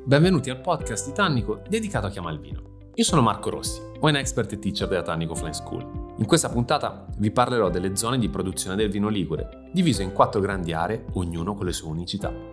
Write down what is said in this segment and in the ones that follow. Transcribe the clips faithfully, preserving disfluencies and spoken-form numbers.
Benvenuti al podcast di Tannico dedicato a chi ama il vino. Io sono Marco Rossi, wine expert e teacher della Tannico Flying School. In questa puntata vi parlerò delle zone di produzione del vino ligure, divise in quattro grandi aree, ognuno con le sue unicità.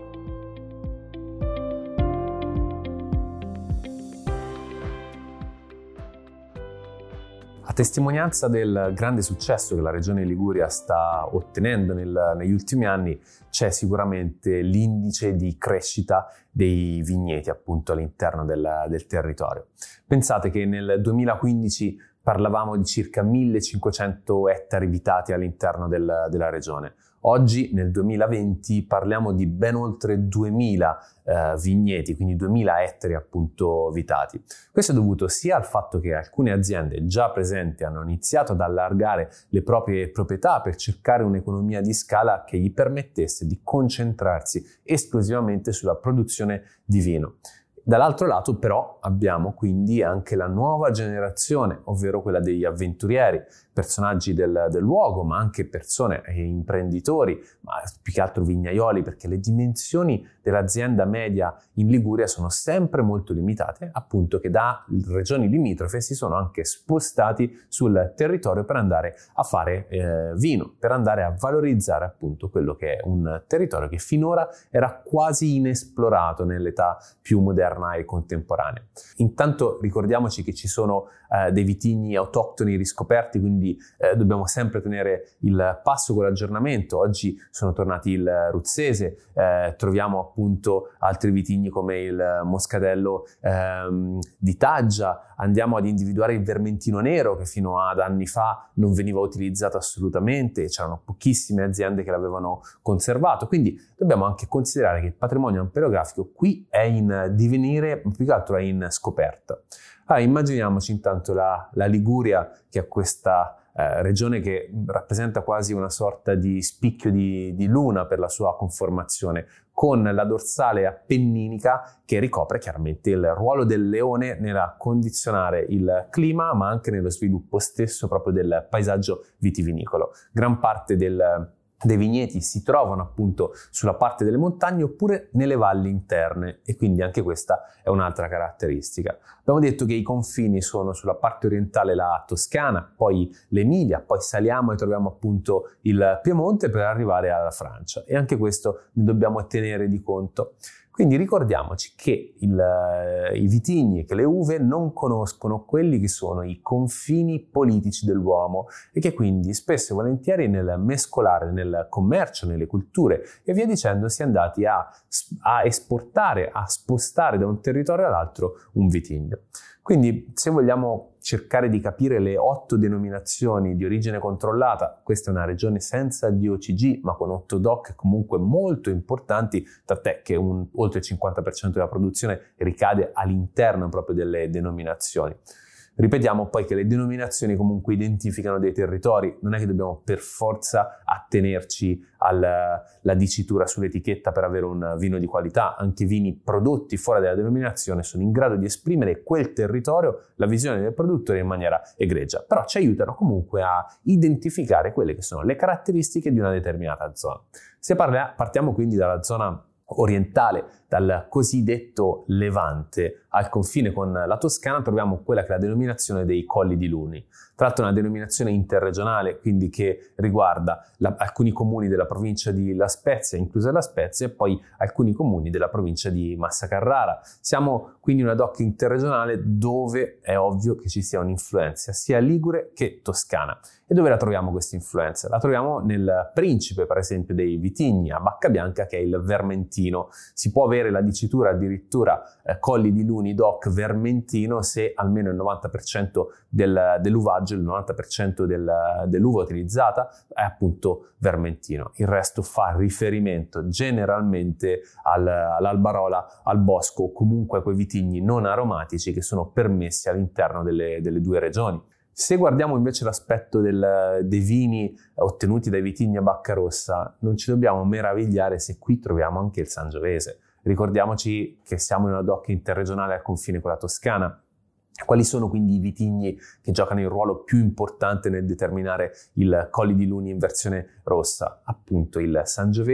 A testimonianza del grande successo che la regione Liguria sta ottenendo nel, negli ultimi anni, c'è sicuramente l'indice di crescita dei vigneti appunto all'interno del, del territorio. Pensate che nel duemilaquindici parlavamo di circa millecinquecento ettari vitati all'interno del, della regione. Oggi, nel duemilaventi, parliamo di ben oltre duemila eh, vigneti, quindi duemila ettari appunto vitati. Questo è dovuto sia al fatto che alcune aziende già presenti hanno iniziato ad allargare le proprie proprietà per cercare un'economia di scala che gli permettesse di concentrarsi esclusivamente sulla produzione di vino. Dall'altro lato però abbiamo quindi anche la nuova generazione, ovvero quella degli avventurieri, personaggi del, del luogo, ma anche persone e imprenditori, ma più che altro vignaioli, perché le dimensioni dell'azienda media in Liguria sono sempre molto limitate, appunto che da regioni limitrofe si sono anche spostati sul territorio per andare a fare eh, vino, per andare a valorizzare appunto quello che è un territorio che finora era quasi inesplorato nell'età più moderna e contemporanea. Intanto ricordiamoci che ci sono eh, dei vitigni autoctoni riscoperti, quindi eh, dobbiamo sempre tenere il passo con l'aggiornamento. Oggi sono tornati il ruzzese, eh, troviamo appunto altri vitigni come il moscatello ehm, di Taggia, andiamo ad individuare il vermentino nero che fino ad anni fa non veniva utilizzato assolutamente, c'erano pochissime aziende che l'avevano conservato, quindi dobbiamo anche considerare che il patrimonio amperografico qui è in divenire, più che altro è in scoperta. Allora, immaginiamoci intanto la, la Liguria, che è questa eh, regione che rappresenta quasi una sorta di spicchio di, di luna per la sua conformazione, con la dorsale appenninica che ricopre chiaramente il ruolo del leone nella condizionare il clima, ma anche nello sviluppo stesso proprio del paesaggio vitivinicolo. Gran parte del dei vigneti si trovano appunto sulla parte delle montagne oppure nelle valli interne, e quindi anche questa è un'altra caratteristica. Abbiamo detto che i confini sono sulla parte orientale la Toscana, poi l'Emilia, poi saliamo e troviamo appunto il Piemonte per arrivare alla Francia, e anche questo ne dobbiamo tenere di conto. Quindi ricordiamoci che il, eh, i vitigni e che le uve non conoscono quelli che sono i confini politici dell'uomo, e che quindi spesso e volentieri nel mescolare, nel commercio, nelle culture e via dicendo si è andati a, a esportare, a spostare da un territorio all'altro un vitigno. Quindi se vogliamo cercare di capire le otto denominazioni di origine controllata, questa è una regione senza D O C G ma con otto D O C comunque molto importanti, tant'è che un, oltre il cinquanta per cento della produzione ricade all'interno proprio delle denominazioni. Ripetiamo poi che le denominazioni comunque identificano dei territori, non è che dobbiamo per forza attenerci alla dicitura sull'etichetta per avere un vino di qualità. Anche vini prodotti fuori dalla denominazione sono in grado di esprimere quel territorio, la visione del produttore in maniera egregia, però ci aiutano comunque a identificare quelle che sono le caratteristiche di una determinata zona. Se parla, partiamo quindi dalla zona orientale, dal cosiddetto Levante al confine con la Toscana, troviamo quella che è la denominazione dei Colli di Luni. Tra l'altro è una denominazione interregionale, quindi che riguarda la, alcuni comuni della provincia di La Spezia, inclusa La Spezia, e poi alcuni comuni della provincia di Massa Carrara. Siamo quindi una D O C interregionale dove è ovvio che ci sia un'influenza sia ligure che toscana. E dove la troviamo questa influenza? La troviamo nel principe, per esempio, dei vitigni a bacca bianca, che è il Vermentino. Si può avere la dicitura addirittura eh, Colli di Luni D O C Vermentino se almeno il novanta per cento del, dell'uvaggio, il novanta per cento del, dell'uva utilizzata è appunto Vermentino. Il resto fa riferimento generalmente al, all'albarola, al bosco o comunque a quei vitigni non aromatici che sono permessi all'interno delle, delle due regioni. Se guardiamo invece l'aspetto del, dei vini ottenuti dai vitigni a bacca rossa, non ci dobbiamo meravigliare se qui troviamo anche il Sangiovese. Ricordiamoci che siamo in una D O C interregionale al confine con la Toscana. Quali sono quindi i vitigni che giocano il ruolo più importante nel determinare il Colli di Luni in versione rossa? Appunto il Sangiovese,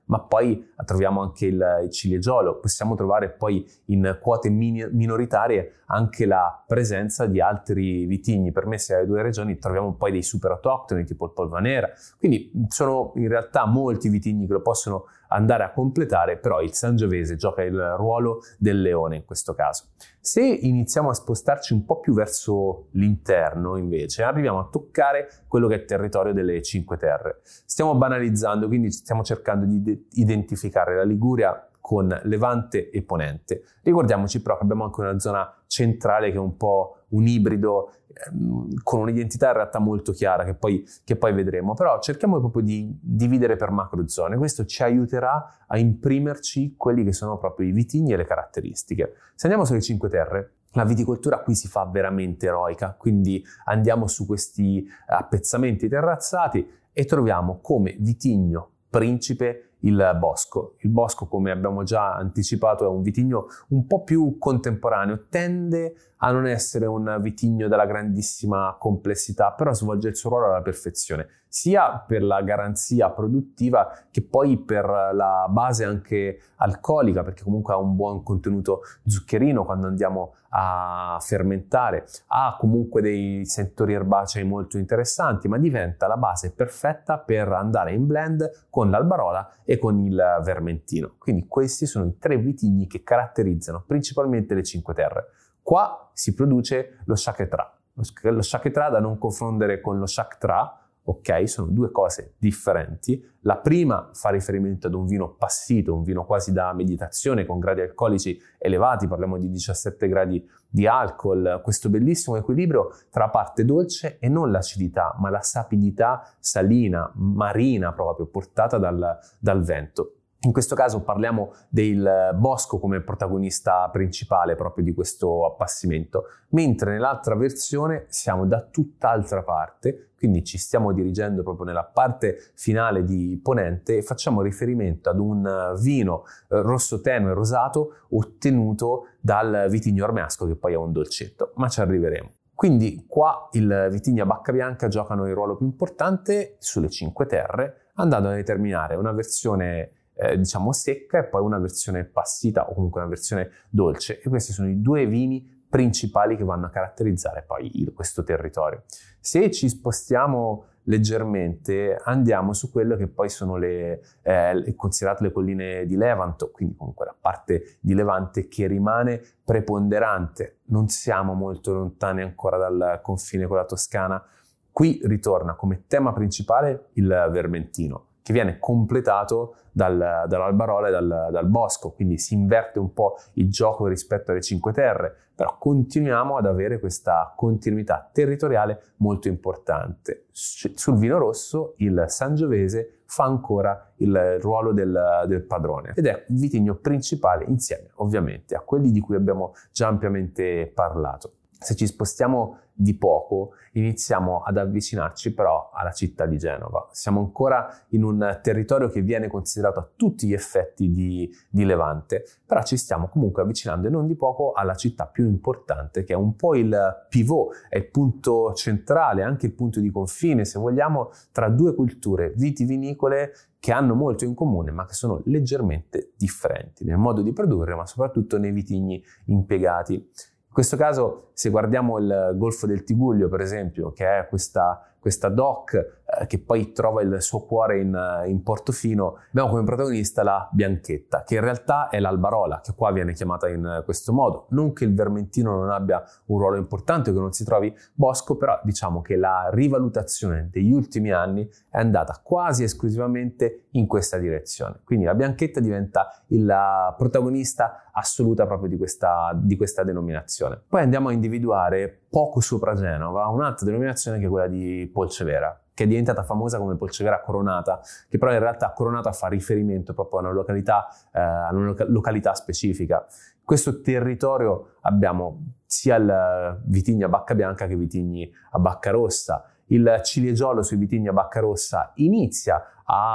ma poi troviamo anche il, il ciliegiolo. Possiamo trovare poi in quote mini, minoritarie anche la presenza di altri vitigni permessi dalle due regioni. Troviamo poi dei super autoctoni tipo il Polvanera, quindi sono in realtà molti vitigni che lo possono andare a completare, però il Sangiovese gioca il ruolo del leone in questo caso. Se iniziamo a spostarci un po' più verso l'interno, invece, arriviamo a toccare quello che è il territorio delle Cinque Terre. Stiamo banalizzando, quindi stiamo cercando di identificare la Liguria con Levante e Ponente. Ricordiamoci però che abbiamo anche una zona centrale che è un po' un ibrido, ehm, con un'identità in realtà molto chiara che poi, che poi vedremo, però cerchiamo proprio di dividere per macro zone. Questo ci aiuterà a imprimerci quelli che sono proprio i vitigni e le caratteristiche. Se andiamo sulle Cinque Terre, la viticoltura qui si fa veramente eroica, quindi andiamo su questi appezzamenti terrazzati e troviamo come vitigno principe il Bosco. Il Bosco, come abbiamo già anticipato, è un vitigno un po' più contemporaneo, tende a non essere un vitigno della grandissima complessità, però svolge il suo ruolo alla perfezione, sia per la garanzia produttiva che poi per la base anche alcolica, perché comunque ha un buon contenuto zuccherino quando andiamo a fermentare, ha comunque dei sentori erbacei molto interessanti, ma diventa la base perfetta per andare in blend con l'Albarola e con il Vermentino. Quindi questi sono i tre vitigni che caratterizzano principalmente le Cinque Terre. Qua si produce lo Chaquetra, lo Chaquetra da non confondere con lo Chactra, ok? Sono due cose differenti. La prima fa riferimento ad un vino passito, un vino quasi da meditazione con gradi alcolici elevati, parliamo di diciassette gradi di alcol, questo bellissimo equilibrio tra la parte dolce e non l'acidità, ma la sapidità salina, marina proprio, portata dal, dal vento. In questo caso parliamo del Bosco come protagonista principale proprio di questo appassimento, mentre nell'altra versione siamo da tutt'altra parte, quindi ci stiamo dirigendo proprio nella parte finale di Ponente e facciamo riferimento ad un vino rosso tenue rosato ottenuto dal vitigno Ormeasco, che poi è un dolcetto, ma ci arriveremo. Quindi qua il vitigno a bacca bianca giocano il ruolo più importante sulle Cinque Terre, andando a determinare una versione Eh, diciamo secca e poi una versione passita o comunque una versione dolce, e questi sono i due vini principali che vanno a caratterizzare poi il, questo territorio. Se ci spostiamo leggermente andiamo su quello che poi sono le eh, considerate le colline di Levanto, quindi comunque la parte di Levante che rimane preponderante. Non siamo molto lontani ancora dal confine con la Toscana. Qui ritorna come tema principale il Vermentino, che viene completato dal, dall'Albarola e dal, dal Bosco, quindi si inverte un po' il gioco rispetto alle Cinque Terre, però continuiamo ad avere questa continuità territoriale molto importante. Sul vino rosso il Sangiovese fa ancora il ruolo del, del padrone ed è un vitigno principale insieme ovviamente a quelli di cui abbiamo già ampiamente parlato. Se ci spostiamo di poco, iniziamo ad avvicinarci però alla città di Genova. Siamo ancora in un territorio che viene considerato a tutti gli effetti di, di Levante, però ci stiamo comunque avvicinando e non di poco alla città più importante, che è un po' il pivot, è il punto centrale, anche il punto di confine, se vogliamo, tra due culture vitivinicole che hanno molto in comune, ma che sono leggermente differenti nel modo di produrre, ma soprattutto nei vitigni impiegati. In questo caso, se guardiamo il Golfo del Tigullio, per esempio, che è questa, questa dock eh, che poi trova il suo cuore in, in Portofino, abbiamo come protagonista la Bianchetta, che in realtà è l'Albarola, che qua viene chiamata in questo modo. Non che il Vermentino non abbia un ruolo importante, che non si trovi Bosco, però diciamo che la rivalutazione degli ultimi anni è andata quasi esclusivamente in questa direzione. Quindi la Bianchetta diventa la protagonista assoluta proprio di questa, di questa denominazione. Poi andiamo a individuare poco sopra Genova un'altra denominazione che è quella di Polcevera, che è diventata famosa come Polcevera Coronata, che però in realtà Coronata fa riferimento proprio a una località, eh, a una località specifica. In questo territorio abbiamo sia il vitigno a bacca bianca che i vitigni a bacca rossa. Il ciliegiolo sui vitigni a bacca rossa inizia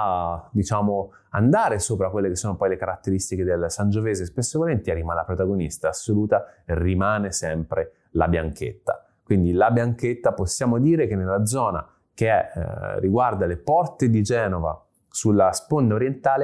a, diciamo, andare sopra quelle che sono poi le caratteristiche del Sangiovese spesso e volentieri, ma la protagonista assoluta rimane sempre la Bianchetta. Quindi la Bianchetta possiamo dire che nella zona che è, eh, riguarda le porte di Genova sulla sponda orientale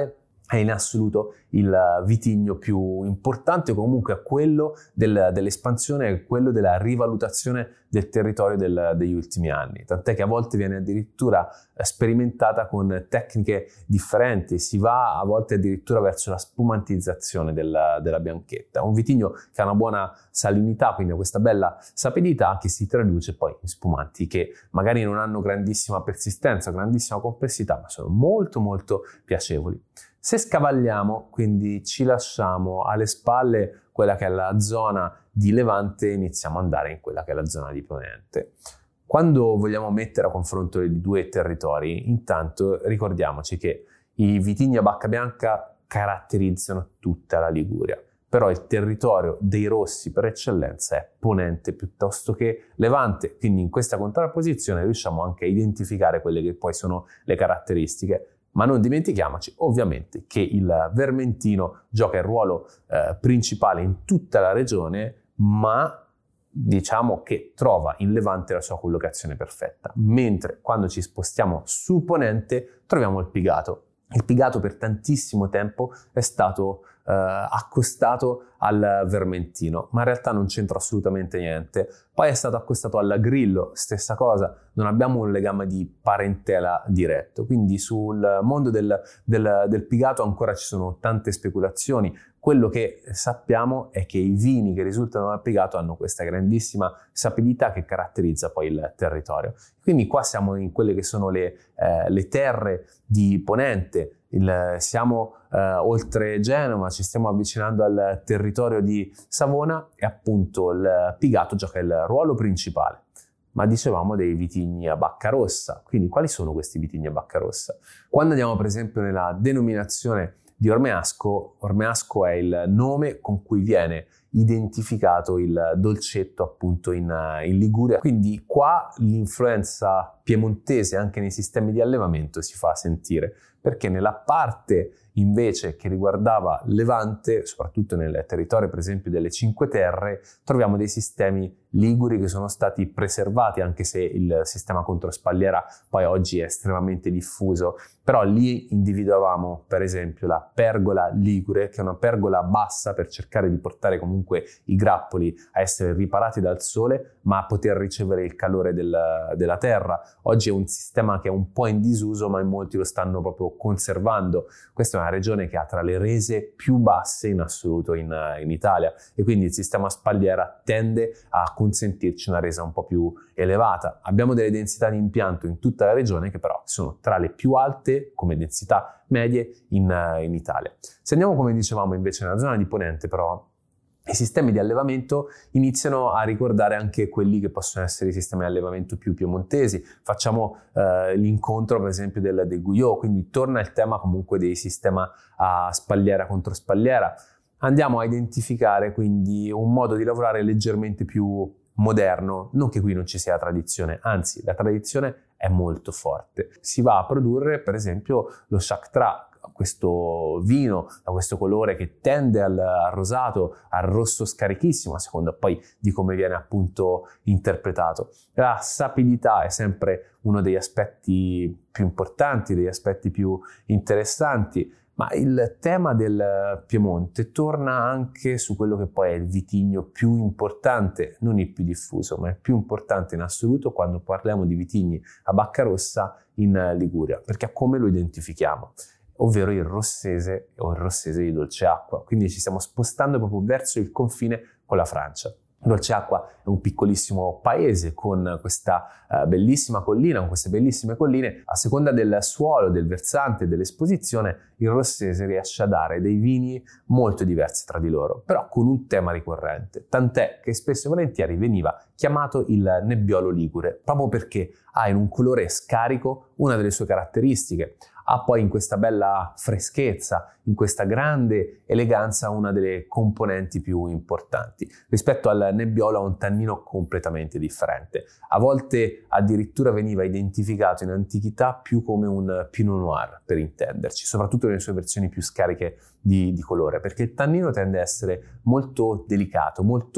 è in assoluto il vitigno più importante, comunque è quello del, dell'espansione, è quello della rivalutazione del territorio del, degli ultimi anni, tant'è che a volte viene addirittura sperimentata con tecniche differenti, si va a volte addirittura verso la spumantizzazione della, della bianchetta, un vitigno che ha una buona salinità, quindi ha questa bella sapidità che si traduce poi in spumanti che magari non hanno grandissima persistenza, grandissima complessità, ma sono molto molto piacevoli. Se scavagliamo, quindi ci lasciamo alle spalle quella che è la zona di Levante, iniziamo ad andare in quella che è la zona di Ponente. Quando vogliamo mettere a confronto i due territori, intanto ricordiamoci che i vitigni a bacca bianca caratterizzano tutta la Liguria, però il territorio dei rossi per eccellenza è Ponente piuttosto che Levante, quindi in questa contrapposizione riusciamo anche a identificare quelle che poi sono le caratteristiche. Ma non dimentichiamoci ovviamente che il Vermentino gioca il ruolo eh, principale in tutta la regione, ma diciamo che trova in Levante la sua collocazione perfetta, mentre quando ci spostiamo su Ponente troviamo il Pigato. Il Pigato per tantissimo tempo è stato eh, accostato al Vermentino, ma in realtà non c'entra assolutamente niente. Poi è stato accostato al Grillo, stessa cosa, non abbiamo un legame di parentela diretto, quindi sul mondo del, del, del Pigato ancora ci sono tante speculazioni. Quello che sappiamo è che i vini che risultano dal Pigato hanno questa grandissima sapidità che caratterizza poi il territorio. Quindi qua siamo in quelle che sono le, eh, le terre di Ponente, il, siamo eh, oltre Genova, ci stiamo avvicinando al territorio di Savona e appunto il Pigato gioca il ruolo principale. Ma dicevamo dei vitigni a bacca rossa, quindi quali sono questi vitigni a bacca rossa? Quando andiamo per esempio nella denominazione di Ormeasco, Ormeasco è il nome con cui viene identificato il dolcetto appunto in, in Liguria, quindi qua l'influenza piemontese anche nei sistemi di allevamento si fa sentire, perché nella parte invece che riguardava Levante, soprattutto nel territorio per esempio delle Cinque Terre, troviamo dei sistemi liguri che sono stati preservati, anche se il sistema controspalliera poi oggi è estremamente diffuso, però lì individuavamo per esempio la pergola ligure, che è una pergola bassa per cercare di portare comunque i grappoli a essere riparati dal sole, ma a poter ricevere il calore del, della terra. Oggi è un sistema che è un po' in disuso, ma in molti lo stanno proprio conservando. Questa è una regione che ha tra le rese più basse in assoluto in, in Italia, e quindi il sistema spalliera tende a consentirci una resa un po' più elevata. Abbiamo delle densità di impianto in tutta la regione che però sono tra le più alte come densità medie in, in Italia. Se andiamo, come dicevamo, invece nella zona di Ponente, però i sistemi di allevamento iniziano a ricordare anche quelli che possono essere i sistemi di allevamento più piemontesi. Facciamo eh, l'incontro per esempio del, del Guyot, quindi torna il tema comunque dei sistemi a spalliera contro spalliera. Andiamo a identificare quindi un modo di lavorare leggermente più moderno, non che qui non ci sia tradizione, anzi la tradizione è molto forte. Si va a produrre per esempio lo Chactras, questo vino da questo colore che tende al, al rosato, al rosso scarichissimo, a seconda poi di come viene appunto interpretato. La sapidità è sempre uno degli aspetti più importanti, degli aspetti più interessanti, ma il tema del Piemonte torna anche su quello che poi è il vitigno più importante, non il più diffuso, ma il più importante in assoluto quando parliamo di vitigni a bacca rossa in Liguria, perché come lo identifichiamo? Ovvero il rossese o il rossese di Dolceacqua. Quindi ci stiamo spostando proprio verso il confine con la Francia. Dolceacqua è un piccolissimo paese con questa uh, bellissima collina, con queste bellissime colline. A seconda del suolo, del versante, dell'esposizione, il rossese riesce a dare dei vini molto diversi tra di loro, però con un tema ricorrente. Tant'è che spesso e volentieri veniva chiamato il nebbiolo ligure, proprio perché ha in un colore scarico una delle sue caratteristiche. Ha poi in questa bella freschezza, in questa grande eleganza, una delle componenti più importanti. Rispetto al nebbiolo ha un tannino completamente differente. A volte addirittura veniva identificato in antichità più come un Pinot Noir, per intenderci, soprattutto nelle sue versioni più scariche di, di colore, perché il tannino tende a essere molto delicato, molto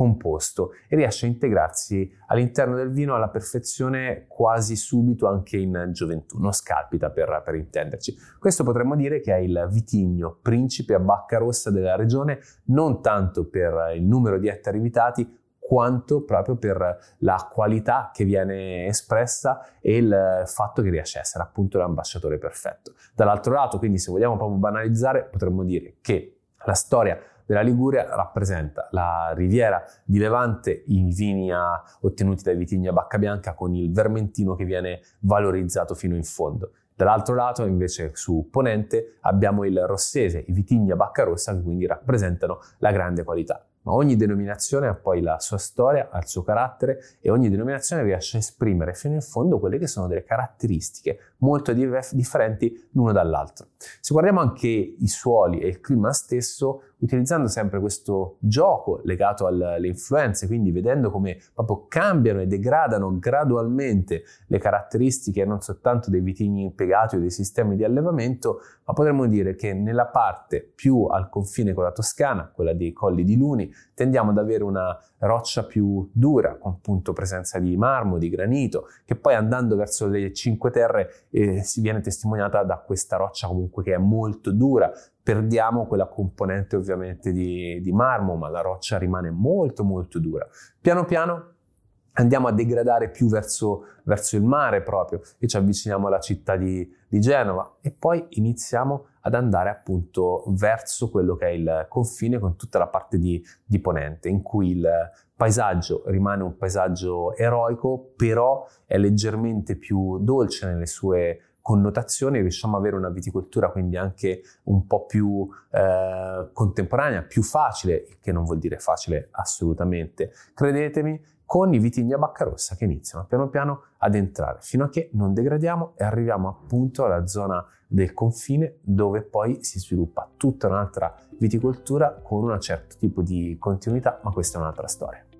composto e riesce a integrarsi all'interno del vino alla perfezione quasi subito anche in gioventù, non scalpita per, per intenderci. Questo potremmo dire che è il vitigno principe a bacca rossa della regione, non tanto per il numero di ettari vitati quanto proprio per la qualità che viene espressa e il fatto che riesce a essere appunto l'ambasciatore perfetto. Dall'altro lato, quindi, se vogliamo proprio banalizzare, potremmo dire che la storia della Liguria rappresenta la riviera di Levante, i vini a, ottenuti dai vitigni a bacca bianca con il vermentino che viene valorizzato fino in fondo. Dall'altro lato, invece, su Ponente abbiamo il rossese, i vitigni a bacca rossa, che quindi rappresentano la grande qualità. Ma ogni denominazione ha poi la sua storia, ha il suo carattere e ogni denominazione riesce a esprimere fino in fondo quelle che sono delle caratteristiche molto dif- differenti l'uno dall'altro. Se guardiamo anche i suoli e il clima stesso, utilizzando sempre questo gioco legato alle influenze, quindi vedendo come proprio cambiano e degradano gradualmente le caratteristiche non soltanto dei vitigni impiegati o dei sistemi di allevamento, ma potremmo dire che nella parte più al confine con la Toscana, quella dei Colli di Luni, tendiamo ad avere una roccia più dura, con appunto presenza di marmo, di granito, che poi andando verso le Cinque Terre eh, si viene testimoniata da questa roccia comunque che è molto dura. Perdiamo quella componente ovviamente di, di marmo, ma la roccia rimane molto molto dura. Piano piano andiamo a degradare più verso, verso il mare proprio e ci avviciniamo alla città di, di Genova e poi iniziamo ad andare appunto verso quello che è il confine con tutta la parte di, di Ponente, in cui il paesaggio rimane un paesaggio eroico, però è leggermente più dolce nelle sue connotazioni, riusciamo ad avere una viticoltura quindi anche un po' più eh, contemporanea, più facile, il che non vuol dire facile assolutamente, credetemi, con i vitigni a bacca rossa che iniziano piano piano ad entrare, fino a che non degradiamo e arriviamo appunto alla zona del confine, dove poi si sviluppa tutta un'altra viticoltura con un certo tipo di continuità, ma questa è un'altra storia.